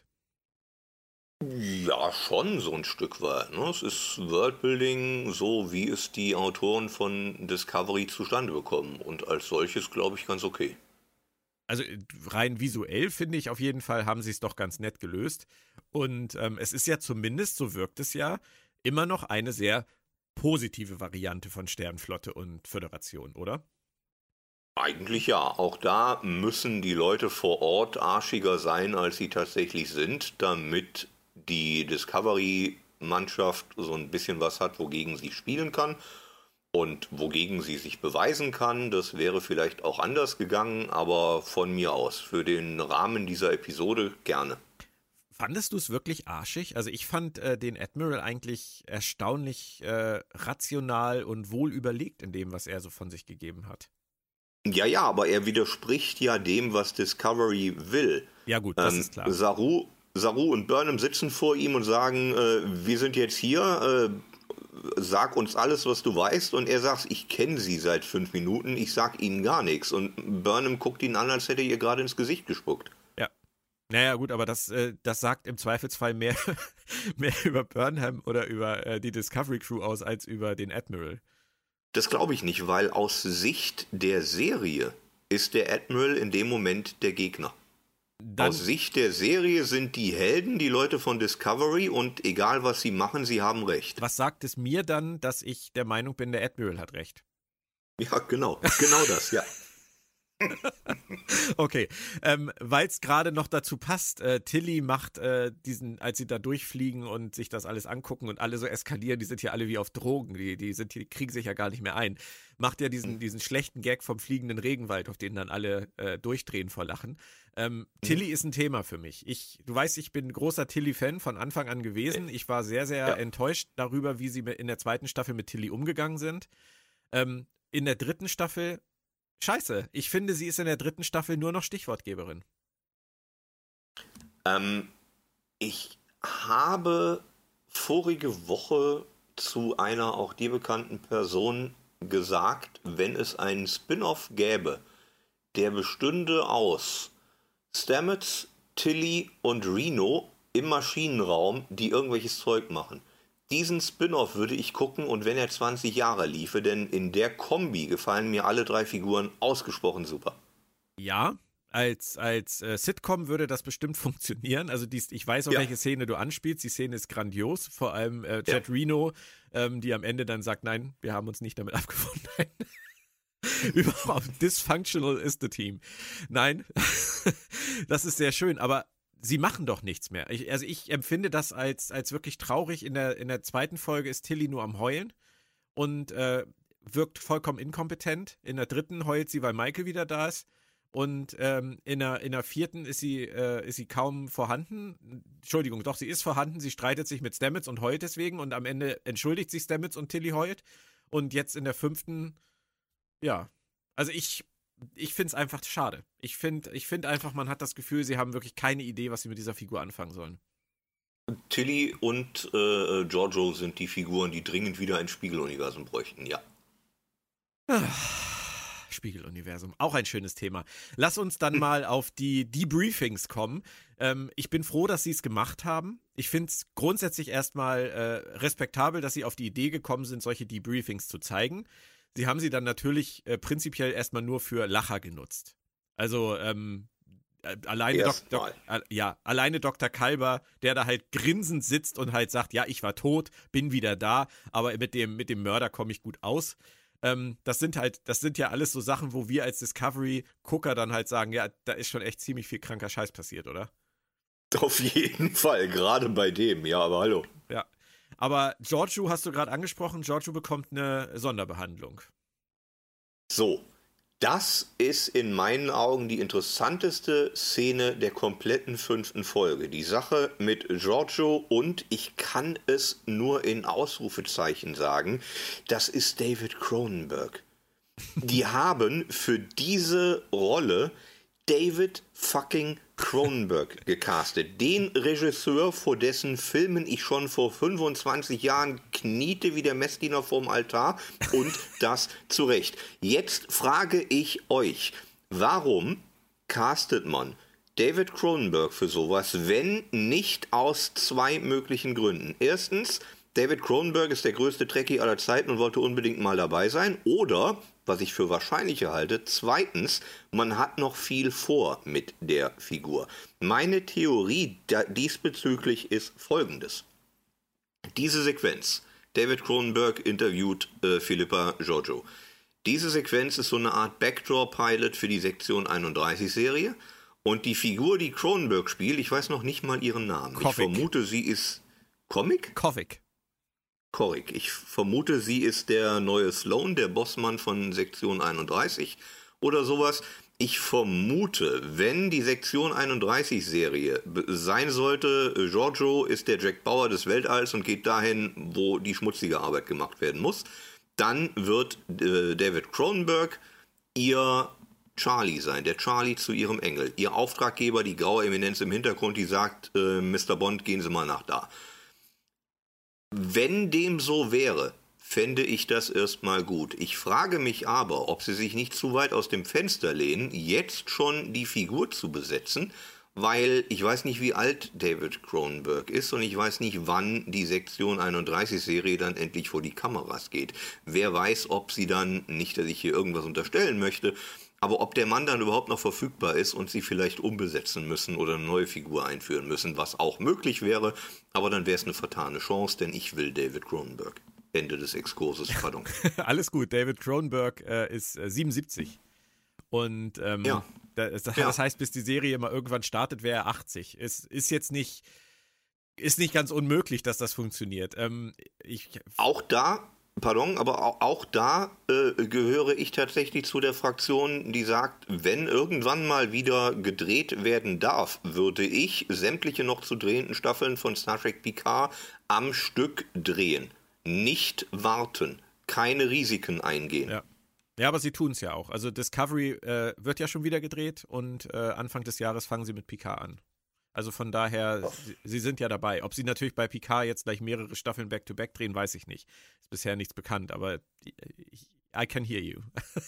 Ja, schon so ein Stück weit. Ne? Es ist Worldbuilding, so wie es die Autoren von Discovery zustande bekommen. Und als solches, glaube ich, ganz okay. Also rein visuell finde ich auf jeden Fall, haben sie es doch ganz nett gelöst. Und es ist ja zumindest, so wirkt es ja, immer noch eine sehr positive Variante von Sternflotte und Föderation, oder? Eigentlich ja. Auch da müssen die Leute vor Ort arschiger sein, als sie tatsächlich sind, damit die Discovery-Mannschaft so ein bisschen was hat, wogegen sie spielen kann. Und wogegen sie sich beweisen kann, das wäre vielleicht auch anders gegangen, aber von mir aus, für den Rahmen dieser Episode gerne. Fandest du es wirklich arschig? Also ich fand den Admiral eigentlich erstaunlich rational und wohl überlegt in dem, was er so von sich gegeben hat. Ja, aber er widerspricht ja dem, was Discovery will. Ja gut, das ist klar. Saru und Burnham sitzen vor ihm und sagen, wir sind jetzt hier, sag uns alles, was du weißt. Und er sagt, ich kenne sie seit 5 Minuten, ich sag ihnen gar nichts. Und Burnham guckt ihn an, als hätte er ihr gerade ins Gesicht gespuckt. Ja. Naja, gut, aber das sagt im Zweifelsfall mehr, mehr über Burnham oder über die Discovery Crew aus, als über den Admiral. Das glaube ich nicht, weil aus Sicht der Serie ist der Admiral in dem Moment der Gegner. Aus Sicht der Serie sind die Helden die Leute von Discovery und egal was sie machen, sie haben recht. Was sagt es mir dann, dass ich der Meinung bin, der Admiral hat recht? Ja, genau. Genau das, ja. Okay, weil es gerade noch dazu passt, Tilly macht als sie da durchfliegen und sich das alles angucken und alle so eskalieren, die sind hier alle wie auf Drogen, die kriegen sich ja gar nicht mehr ein, macht ja diesen schlechten Gag vom fliegenden Regenwald, auf den dann alle durchdrehen vor Lachen. Tilly ist ein Thema für mich. Du weißt, ich bin ein großer Tilly-Fan von Anfang an gewesen. Ich war sehr, sehr enttäuscht darüber, wie sie in der 2. Staffel mit Tilly umgegangen sind. In der 3. Staffel scheiße, ich finde, sie ist in der 3. Staffel nur noch Stichwortgeberin. Ich habe vorige Woche zu einer auch dir bekannten Person gesagt, wenn es einen Spin-off gäbe, der bestünde aus Stamets, Tilly und Reno im Maschinenraum, die irgendwelches Zeug machen. Diesen Spin-off würde ich gucken und wenn er 20 Jahre liefe, denn in der Kombi gefallen mir alle 3 Figuren ausgesprochen super. Ja, als Sitcom würde das bestimmt funktionieren. Also ich weiß, auf welche Szene du anspielst. Die Szene ist grandios. Vor allem Jet Reno, die am Ende dann sagt, nein, wir haben uns nicht damit abgefunden. Überhaupt dysfunctional ist the team. Nein, das ist sehr schön, aber sie machen doch nichts mehr. Ich empfinde das als wirklich traurig. In der 2. Folge ist Tilly nur am Heulen und wirkt vollkommen inkompetent. In der 3. heult sie, weil Michael wieder da ist. Und in der 4. ist sie kaum vorhanden. Entschuldigung, doch, sie ist vorhanden. Sie streitet sich mit Stamets und heult deswegen. Und am Ende entschuldigt sich Stamets und Tilly heult. Und jetzt in der 5. ja. Also ich finde es einfach schade. Ich finde einfach, man hat das Gefühl, sie haben wirklich keine Idee, was sie mit dieser Figur anfangen sollen. Tilly und Giorgio sind die Figuren, die dringend wieder ein Spiegeluniversum bräuchten, ja. Spiegeluniversum, auch ein schönes Thema. Lass uns dann mal auf die Debriefings kommen. Ich bin froh, dass sie es gemacht haben. Ich finde es grundsätzlich erstmal respektabel, dass sie auf die Idee gekommen sind, solche Debriefings zu zeigen. Sie haben sie dann natürlich prinzipiell erstmal nur für Lacher genutzt. Also alleine Dr. Kalber, der da halt grinsend sitzt und halt sagt, ja, ich war tot, bin wieder da, aber mit dem Mörder komme ich gut aus. Das sind ja alles so Sachen, wo wir als Discovery-Gucker dann halt sagen, ja, da ist schon echt ziemlich viel kranker Scheiß passiert, oder? Auf jeden Fall, gerade bei dem, ja, aber hallo. Ja. Aber Giorgio hast du gerade angesprochen, Giorgio bekommt eine Sonderbehandlung. So, das ist in meinen Augen die interessanteste Szene der kompletten 5. Folge. Die Sache mit Giorgio und ich kann es nur in Ausrufezeichen sagen, das ist David Cronenberg. Die haben für diese Rolle David fucking Cronenberg gecastet. Den Regisseur, vor dessen Filmen ich schon vor 25 Jahren kniete wie der Messdiener vorm Altar und das zu Recht. Jetzt frage ich euch, warum castet man David Cronenberg für sowas, wenn nicht aus 2 möglichen Gründen? Erstens, David Cronenberg ist der größte Trekkie aller Zeiten und wollte unbedingt mal dabei sein. Oder, was ich für wahrscheinlicher halte, zweitens, man hat noch viel vor mit der Figur. Meine Theorie diesbezüglich ist folgendes. Diese Sequenz, David Cronenberg interviewt Philippa Giorgio. Diese Sequenz ist so eine Art Backdoor-Pilot für die Sektion 31-Serie. Und die Figur, die Cronenberg spielt, ich weiß noch nicht mal ihren Namen. Kovic. Ich vermute, sie ist... Comic? Kovic. Korrekt. Ich vermute, sie ist der neue Sloan, der Bossmann von Sektion 31 oder sowas. Ich vermute, wenn die Sektion 31-Serie sein sollte, Giorgio ist der Jack Bauer des Weltalls und geht dahin, wo die schmutzige Arbeit gemacht werden muss, dann wird David Cronenberg ihr Charlie sein, der Charlie zu ihrem Engel. Ihr Auftraggeber, die graue Eminenz im Hintergrund, die sagt, Mr. Bond, gehen Sie mal nach da. Wenn dem so wäre, fände ich das erstmal gut. Ich frage mich aber, ob sie sich nicht zu weit aus dem Fenster lehnen, jetzt schon die Figur zu besetzen, weil ich weiß nicht, wie alt David Cronenberg ist und ich weiß nicht, wann die Sektion 31-Serie dann endlich vor die Kameras geht. Wer weiß, ob sie dann, nicht, dass ich hier irgendwas unterstellen möchte, aber ob der Mann dann überhaupt noch verfügbar ist und sie vielleicht umbesetzen müssen oder eine neue Figur einführen müssen, was auch möglich wäre, aber dann wäre es eine vertane Chance, denn ich will David Cronenberg. Ende des Exkurses, pardon. Alles gut, David Cronenberg ist 77 und ja. Das heißt, bis die Serie mal irgendwann startet, wäre er 80. Ist jetzt nicht ganz unmöglich, dass das funktioniert. Auch da... Pardon, aber auch da gehöre ich tatsächlich zu der Fraktion, die sagt, wenn irgendwann mal wieder gedreht werden darf, würde ich sämtliche noch zu drehenden Staffeln von Star Trek Picard am Stück drehen. Nicht warten, keine Risiken eingehen. Ja, aber sie tun es ja auch. Also Discovery wird ja schon wieder gedreht und Anfang des Jahres fangen sie mit Picard an. Also von daher, sie sind ja dabei. Ob sie natürlich bei Picard jetzt gleich mehrere Staffeln Back-to-Back drehen, weiß ich nicht. Ist bisher nichts bekannt, aber I can hear you.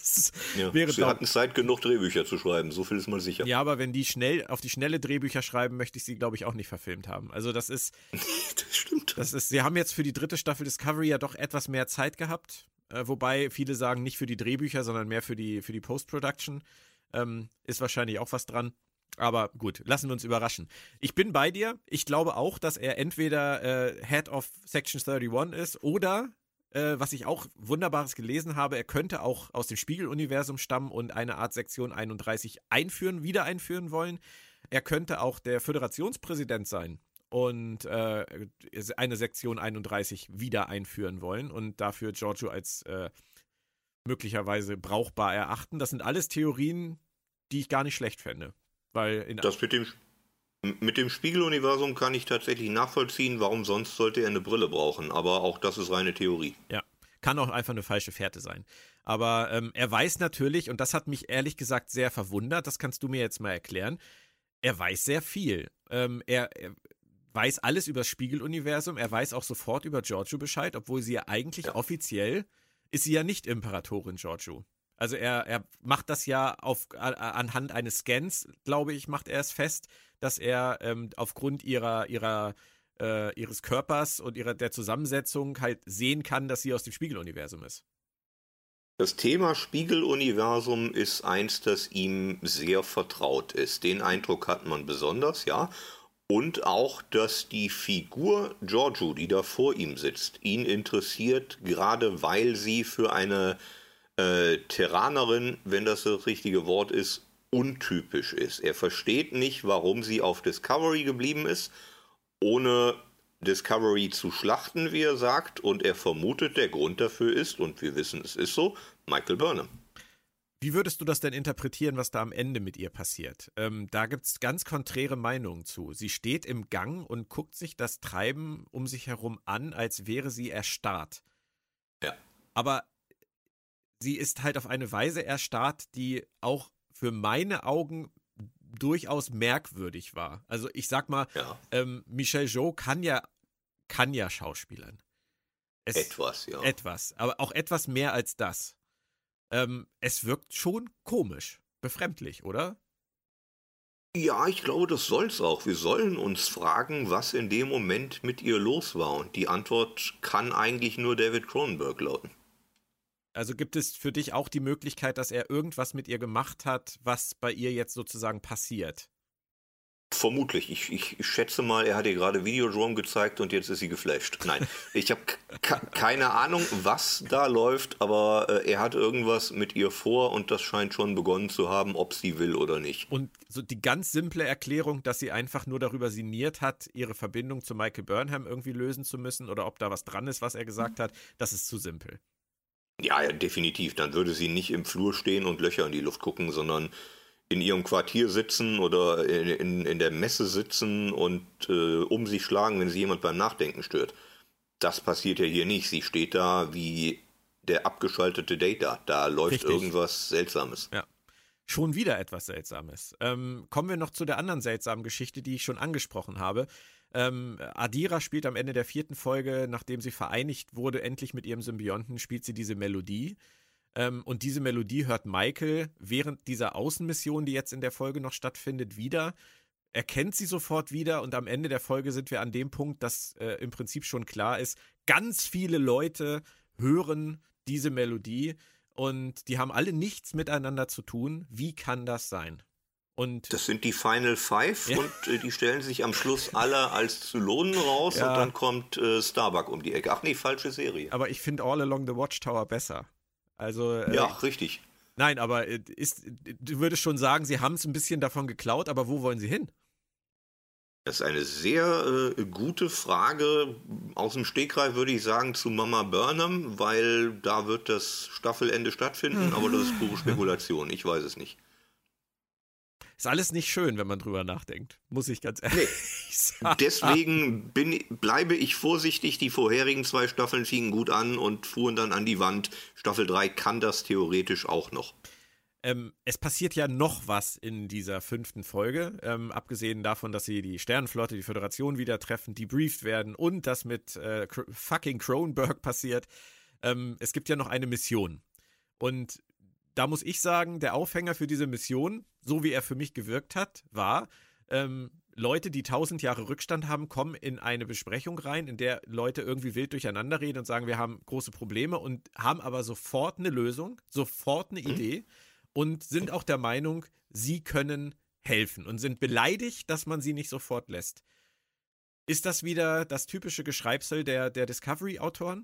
Sie hatten Zeit genug, Drehbücher zu schreiben, so viel ist mal sicher. Ja, aber wenn die auf die schnelle Drehbücher schreiben, möchte ich sie, glaube ich, auch nicht verfilmt haben. Also das ist... Das stimmt. Sie haben jetzt für die 3. Staffel Discovery ja doch etwas mehr Zeit gehabt, wobei viele sagen, nicht für die Drehbücher, sondern mehr für die Post-Production. Ist wahrscheinlich auch was dran. Aber gut, lassen wir uns überraschen. Ich bin bei dir. Ich glaube auch, dass er entweder Head of Section 31 ist oder, was ich auch Wunderbares gelesen habe, er könnte auch aus dem Spiegel-Universum stammen und eine Art Sektion 31 wieder einführen wollen. Er könnte auch der Föderationspräsident sein und eine Sektion 31 wieder einführen wollen und dafür Giorgio als möglicherweise brauchbar erachten. Das sind alles Theorien, die ich gar nicht schlecht fände. Weil das mit dem Spiegeluniversum kann ich tatsächlich nachvollziehen, warum sonst sollte er eine Brille brauchen, aber auch das ist reine Theorie. Ja, kann auch einfach eine falsche Fährte sein. Aber er weiß natürlich, und das hat mich ehrlich gesagt sehr verwundert, das kannst du mir jetzt mal erklären, er weiß sehr viel. Er weiß alles über das Spiegeluniversum, er weiß auch sofort über Giorgio Bescheid, obwohl sie ja eigentlich offiziell, ist sie ja nicht Imperatorin Giorgio. Also er macht das ja anhand eines Scans, glaube ich, macht er es fest, dass er aufgrund ihres Körpers und der Zusammensetzung halt sehen kann, dass sie aus dem Spiegeluniversum ist. Das Thema Spiegeluniversum ist eins, das ihm sehr vertraut ist. Den Eindruck hat man besonders, ja. Und auch, dass die Figur Giorgio, die da vor ihm sitzt, ihn interessiert, gerade weil sie für eine Terranerin, wenn das richtige Wort ist, untypisch ist. Er versteht nicht, warum sie auf Discovery geblieben ist, ohne Discovery zu schlachten, wie er sagt. Und er vermutet, der Grund dafür ist, und wir wissen, es ist so, Michael Burnham. Wie würdest du das denn interpretieren, was da am Ende mit ihr passiert? Da gibt es ganz konträre Meinungen zu. Sie steht im Gang und guckt sich das Treiben um sich herum an, als wäre sie erstarrt. Ja. Aber sie ist halt auf eine Weise erstarrt, die auch für meine Augen durchaus merkwürdig war. Also ich sag mal, Michelle Yeoh kann ja schauspielern. Etwas, ja. Etwas, aber auch etwas mehr als das. Es wirkt schon komisch, befremdlich, oder? Ja, ich glaube, das soll's auch. Wir sollen uns fragen, was in dem Moment mit ihr los war. Und die Antwort kann eigentlich nur David Cronenberg lauten. Also gibt es für dich auch die Möglichkeit, dass er irgendwas mit ihr gemacht hat, was bei ihr jetzt sozusagen passiert? Vermutlich. Ich schätze mal, er hat ihr gerade Videodrome gezeigt und jetzt ist sie geflasht. Nein, ich habe keine Ahnung, was da läuft, aber er hat irgendwas mit ihr vor und das scheint schon begonnen zu haben, ob sie will oder nicht. Und so die ganz simple Erklärung, dass sie einfach nur darüber sinniert hat, ihre Verbindung zu Michael Burnham irgendwie lösen zu müssen oder ob da was dran ist, was er gesagt hat, das ist zu simpel. Ja, definitiv. Dann würde sie nicht im Flur stehen und Löcher in die Luft gucken, sondern in ihrem Quartier sitzen oder in der Messe sitzen und um sich schlagen, wenn sie jemand beim Nachdenken stört. Das passiert ja hier nicht. Sie steht da wie der abgeschaltete Data. Da läuft Richtig. Irgendwas Seltsames. Ja. Schon wieder etwas Seltsames. Kommen wir noch zu der anderen seltsamen Geschichte, die ich schon angesprochen habe. Adira spielt am Ende der 4. Folge, nachdem sie vereinigt wurde, endlich mit ihrem Symbionten, spielt sie diese Melodie. Und diese Melodie hört Michael während dieser Außenmission, die jetzt in der Folge noch stattfindet, wieder. Er kennt sie sofort wieder und am Ende der Folge sind wir an dem Punkt, dass im Prinzip schon klar ist, ganz viele Leute hören diese Melodie und die haben alle nichts miteinander zu tun. Wie kann das sein? Und das sind die Final Five und die stellen sich am Schluss alle als Zylonen raus und dann kommt Starbuck um die Ecke. Ach nee, falsche Serie. Aber ich finde All Along the Watchtower besser. Also, ja, richtig. Nein, aber du würdest schon sagen, sie haben es ein bisschen davon geklaut, aber wo wollen sie hin? Das ist eine sehr gute Frage. Aus dem Stegreif würde ich sagen zu Mama Burnham, weil da wird das Staffelende stattfinden, aber das ist pure Spekulation. Ich weiß es nicht. Ist alles nicht schön, wenn man drüber nachdenkt, muss ich ganz ehrlich sagen. Deswegen bleibe ich vorsichtig. Die vorherigen 2 Staffeln fingen gut an und fuhren dann an die Wand. Staffel 3 kann das theoretisch auch noch. Es passiert ja noch was in dieser 5. Folge, abgesehen davon, dass sie die Sternenflotte, die Föderation wieder treffen, debrieft werden und das mit fucking Cronenberg passiert. Es gibt ja noch eine Mission. Und da muss ich sagen, der Aufhänger für diese Mission, so wie er für mich gewirkt hat, war, Leute, die 1000 Jahre Rückstand haben, kommen in eine Besprechung rein, in der Leute irgendwie wild durcheinander reden und sagen, wir haben große Probleme und haben aber sofort eine Lösung, sofort eine Idee und sind auch der Meinung, sie können helfen und sind beleidigt, dass man sie nicht sofort lässt. Ist das wieder das typische Geschreibsel der Discovery-Autoren?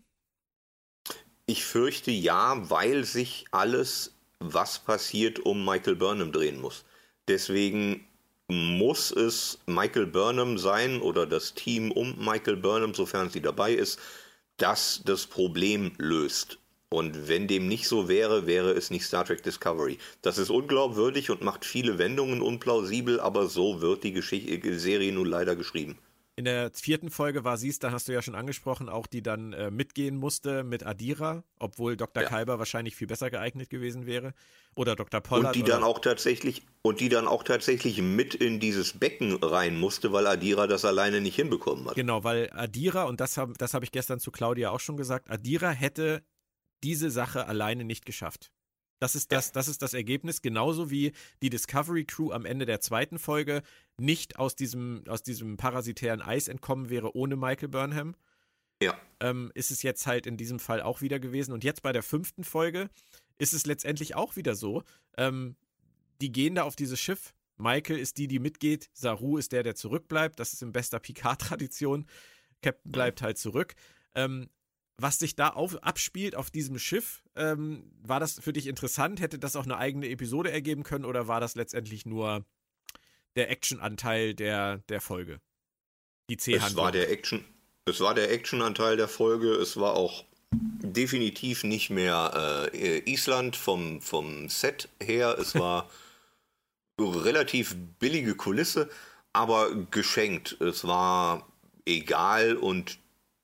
Ich fürchte ja, weil sich alles, was passiert, um Michael Burnham drehen muss. Deswegen muss es Michael Burnham sein oder das Team um Michael Burnham, sofern sie dabei ist, das das Problem löst. Und wenn dem nicht so wäre, wäre es nicht Star Trek Discovery. Das ist unglaubwürdig und macht viele Wendungen unplausibel, aber so wird die Serie nun leider geschrieben. In der 4. Folge war sie es, da hast du ja schon angesprochen, auch die dann mitgehen musste mit Adira, obwohl Dr. Kalber wahrscheinlich viel besser geeignet gewesen wäre. Oder Dr. Pollard. Und die dann auch tatsächlich mit in dieses Becken rein musste, weil Adira das alleine nicht hinbekommen hat. Genau, weil Adira, und das hab ich gestern zu Claudia auch schon gesagt, Adira hätte diese Sache alleine nicht geschafft. Das ist das Ergebnis, genauso wie die Discovery Crew am Ende der 2. Folge nicht aus diesem parasitären Eis entkommen wäre ohne Michael Burnham. Ja. Ist es jetzt halt in diesem Fall auch wieder gewesen. Und jetzt bei der 5. Folge ist es letztendlich auch wieder so. Die gehen da auf dieses Schiff. Michael ist die mitgeht. Saru ist der zurückbleibt. Das ist in bester Picard-Tradition. Captain bleibt halt zurück. was sich da abspielt auf diesem Schiff, war das für dich interessant? Hätte das auch eine eigene Episode ergeben können oder war das letztendlich nur der Actionanteil der Folge? Die C-Handlung. Es war der Actionanteil der Folge. Es war auch definitiv nicht mehr Island vom Set her. Es war relativ billige Kulisse, aber geschenkt. Es war egal und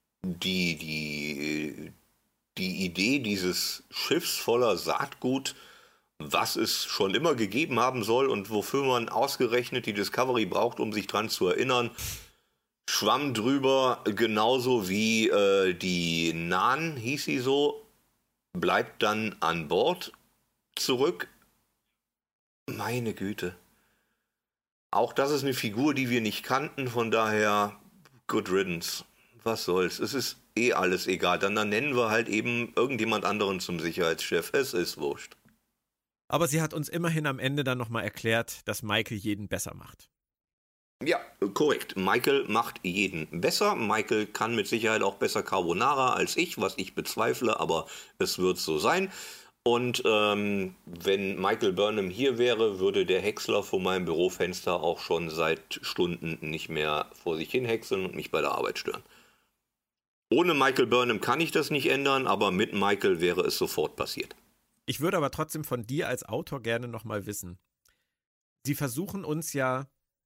die Idee dieses Schiffs voller Saatgut, was es schon immer gegeben haben soll und wofür man ausgerechnet die Discovery braucht, um sich dran zu erinnern, schwamm drüber, genauso wie die Nan, hieß sie so, bleibt dann an Bord zurück. Meine Güte. Auch das ist eine Figur, die wir nicht kannten, von daher good riddance. Was soll's, es ist eh alles egal. Dann nennen wir halt eben irgendjemand anderen zum Sicherheitschef. Es ist wurscht. Aber sie hat uns immerhin am Ende dann nochmal erklärt, dass Michael jeden besser macht. Ja, korrekt. Michael macht jeden besser. Michael kann mit Sicherheit auch besser Carbonara als ich, was ich bezweifle, aber es wird so sein. Und wenn Michael Burnham hier wäre, würde der Häcksler vor meinem Bürofenster auch schon seit Stunden nicht mehr vor sich hin häckseln und mich bei der Arbeit stören. Ohne Michael Burnham kann ich das nicht ändern, aber mit Michael wäre es sofort passiert. Ich würde aber trotzdem von dir als Autor gerne nochmal wissen. Sie versuchen uns ja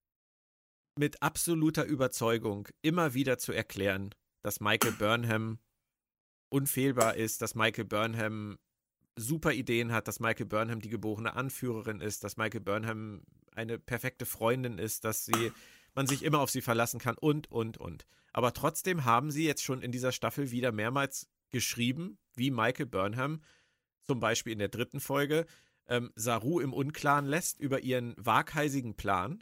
mit absoluter Überzeugung immer wieder zu erklären, dass Michael Burnham unfehlbar ist, dass Michael Burnham super Ideen hat, dass Michael Burnham die geborene Anführerin ist, dass Michael Burnham eine perfekte Freundin ist, dass man sich immer auf sie verlassen kann und. Aber trotzdem haben sie jetzt schon in dieser Staffel wieder mehrmals geschrieben, wie Michael Burnham zum Beispiel in der 3. Folge Saru im Unklaren lässt über ihren waghalsigen Plan.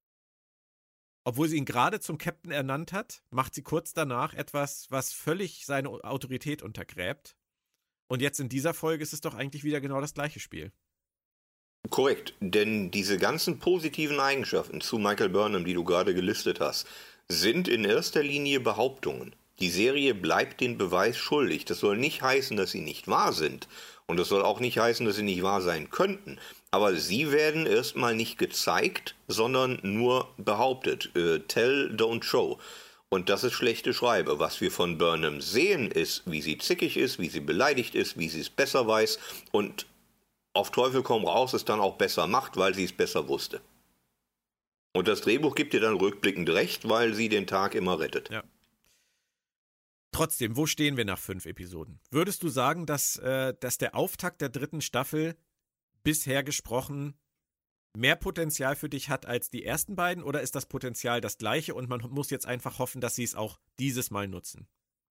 Obwohl sie ihn gerade zum Captain ernannt hat, macht sie kurz danach etwas, was völlig seine Autorität untergräbt. Und jetzt in dieser Folge ist es doch eigentlich wieder genau das gleiche Spiel. Korrekt, denn diese ganzen positiven Eigenschaften zu Michael Burnham, die du gerade gelistet hast, sind in erster Linie Behauptungen. Die Serie bleibt den Beweis schuldig. Das soll nicht heißen, dass sie nicht wahr sind. Und das soll auch nicht heißen, dass sie nicht wahr sein könnten. Aber sie werden erstmal nicht gezeigt, sondern nur behauptet. Tell, don't show. Und das ist schlechte Schreibe. Was wir von Burnham sehen, ist, wie sie zickig ist, wie sie beleidigt ist, wie sie es besser weiß und auf Teufel komm raus es dann auch besser macht, weil sie es besser wusste. Und das Drehbuch gibt ihr dann rückblickend recht, weil sie den Tag immer rettet. Ja. Trotzdem, wo stehen wir nach 5 Episoden? Würdest du sagen, dass der Auftakt der 3. Staffel bisher gesprochen mehr Potenzial für dich hat als die ersten beiden oder ist das Potenzial das gleiche und man muss jetzt einfach hoffen, dass sie es auch dieses Mal nutzen?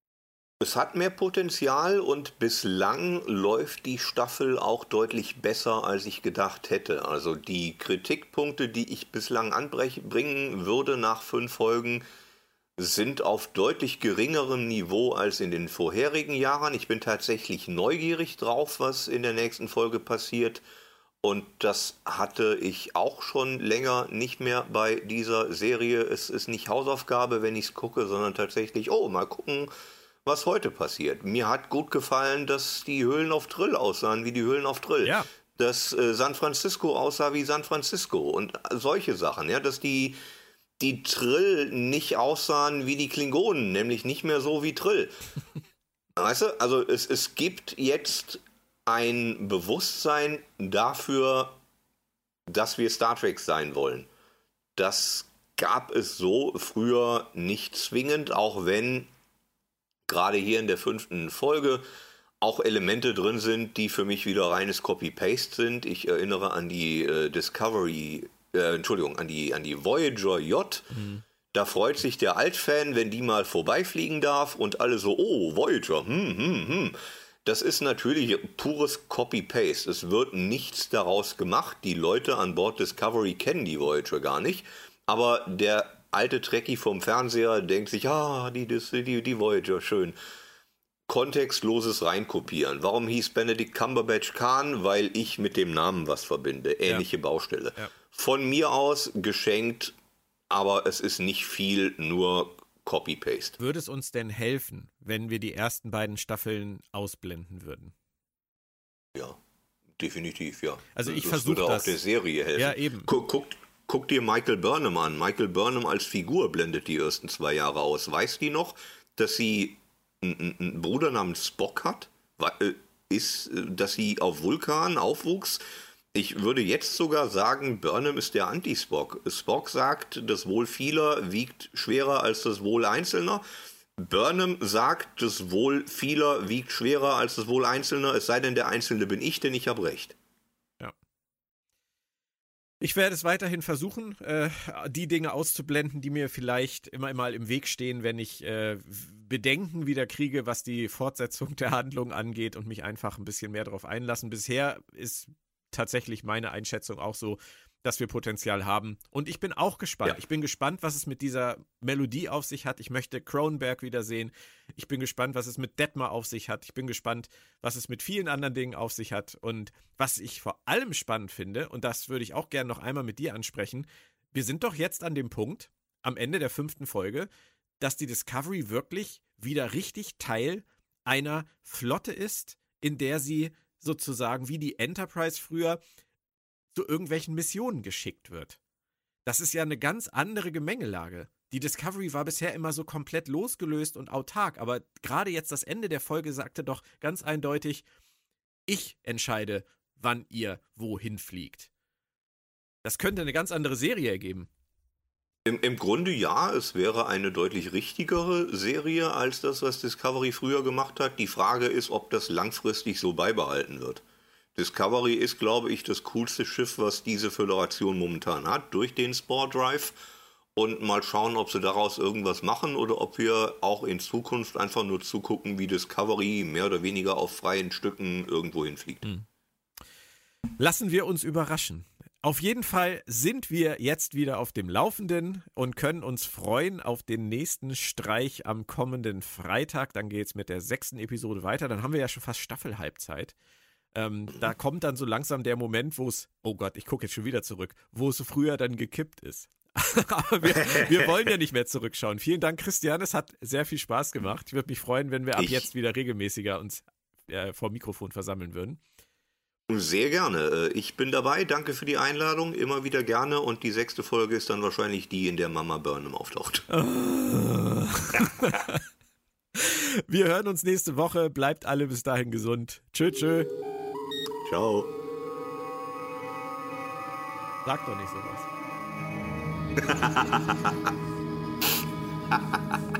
Es hat mehr Potenzial und bislang läuft die Staffel auch deutlich besser, als ich gedacht hätte. Also die Kritikpunkte, die ich bislang anbringen würde nach 5 Folgen, sind auf deutlich geringerem Niveau als in den vorherigen Jahren. Ich bin tatsächlich neugierig drauf, was in der nächsten Folge passiert. Und das hatte ich auch schon länger nicht mehr bei dieser Serie. Es ist nicht Hausaufgabe, wenn ich es gucke, sondern tatsächlich, mal gucken, was heute passiert. Mir hat gut gefallen, dass die Höhlen auf Trill aussahen wie die Höhlen auf Trill. Ja. Dass San Francisco aussah wie San Francisco und solche Sachen. Ja, dass die Trill nicht aussahen wie die Klingonen, nämlich nicht mehr so wie Trill. Weißt du, also es gibt jetzt ein Bewusstsein dafür, dass wir Star Trek sein wollen. Das gab es so früher nicht zwingend, auch wenn gerade hier in der 5. Folge auch Elemente drin sind, die für mich wieder reines Copy-Paste sind. Ich erinnere an die an die Voyager J. Mhm. Da freut sich der Altfan, wenn die mal vorbeifliegen darf und alle so, Voyager, Das ist natürlich pures Copy-Paste. Es wird nichts daraus gemacht. Die Leute an Bord Discovery kennen die Voyager gar nicht. Aber der alte Trekkie vom Fernseher denkt sich, die Voyager, schön. Kontextloses Reinkopieren. Warum hieß Benedict Cumberbatch Khan? Weil ich mit dem Namen was verbinde. Ähnliche Baustelle. Ja. Von mir aus geschenkt, aber es ist nicht viel, nur Copy-Paste. Würde es uns denn helfen, wenn wir die ersten beiden Staffeln ausblenden würden? Ja, definitiv, ja. Also ich das versuche würde das. auch der Serie helfen. Ja, eben. Guck dir Michael Burnham an. Michael Burnham als Figur blendet die ersten 2 Jahre aus. Weiß die noch, dass sie einen Bruder namens Spock hat? Dass sie auf Vulkan aufwuchs? Ich würde jetzt sogar sagen, Burnham ist der Anti-Spock. Spock sagt, das Wohl vieler wiegt schwerer als das Wohl Einzelner. Burnham sagt, das Wohl vieler wiegt schwerer als das Wohl Einzelner, es sei denn, der Einzelne bin ich, denn ich habe recht. Ja. Ich werde es weiterhin versuchen, die Dinge auszublenden, die mir vielleicht immer mal im Weg stehen, wenn ich Bedenken wieder kriege, was die Fortsetzung der Handlung angeht und mich einfach ein bisschen mehr darauf einlassen. Bisher ist tatsächlich meine Einschätzung auch so, dass wir Potenzial haben. Und ich bin auch gespannt. Ja. Ich bin gespannt, was es mit dieser Melodie auf sich hat. Ich möchte Cronenberg wiedersehen. Ich bin gespannt, was es mit Detmer auf sich hat. Ich bin gespannt, was es mit vielen anderen Dingen auf sich hat. Und was ich vor allem spannend finde, und das würde ich auch gerne noch einmal mit dir ansprechen, wir sind doch jetzt an dem Punkt, am Ende der 5. Folge, dass die Discovery wirklich wieder richtig Teil einer Flotte ist, in der sie sozusagen wie die Enterprise früher zu irgendwelchen Missionen geschickt wird. Das ist ja eine ganz andere Gemengelage. Die Discovery war bisher immer so komplett losgelöst und autark, aber gerade jetzt das Ende der Folge sagte doch ganz eindeutig, ich entscheide, wann ihr wohin fliegt. Das könnte eine ganz andere Serie ergeben. Im Grunde ja, es wäre eine deutlich richtigere Serie als das, was Discovery früher gemacht hat. Die Frage ist, ob das langfristig so beibehalten wird. Discovery ist, glaube ich, das coolste Schiff, was diese Föderation momentan hat, durch den Spore Drive. Und mal schauen, ob sie daraus irgendwas machen oder ob wir auch in Zukunft einfach nur zugucken, wie Discovery mehr oder weniger auf freien Stücken irgendwo hinfliegt. Lassen wir uns überraschen. Auf jeden Fall sind wir jetzt wieder auf dem Laufenden und können uns freuen auf den nächsten Streich am kommenden Freitag. Dann geht es mit der 6. Episode weiter. Dann haben wir ja schon fast Staffelhalbzeit. Da kommt dann so langsam der Moment, wo es, oh Gott, ich gucke jetzt schon wieder zurück, wo es früher dann gekippt ist. Aber wir wollen ja nicht mehr zurückschauen. Vielen Dank, Christian. Es hat sehr viel Spaß gemacht. Ich würde mich freuen, wenn wir ab jetzt wieder regelmäßiger uns vor Mikrofon versammeln würden. Sehr gerne. Ich bin dabei. Danke für die Einladung. Immer wieder gerne. Und die 6. Folge ist dann wahrscheinlich die, in der Mama Burnham auftaucht. Wir hören uns nächste Woche. Bleibt alle bis dahin gesund. Tschö, tschö. Ciao. Sag doch nicht sowas.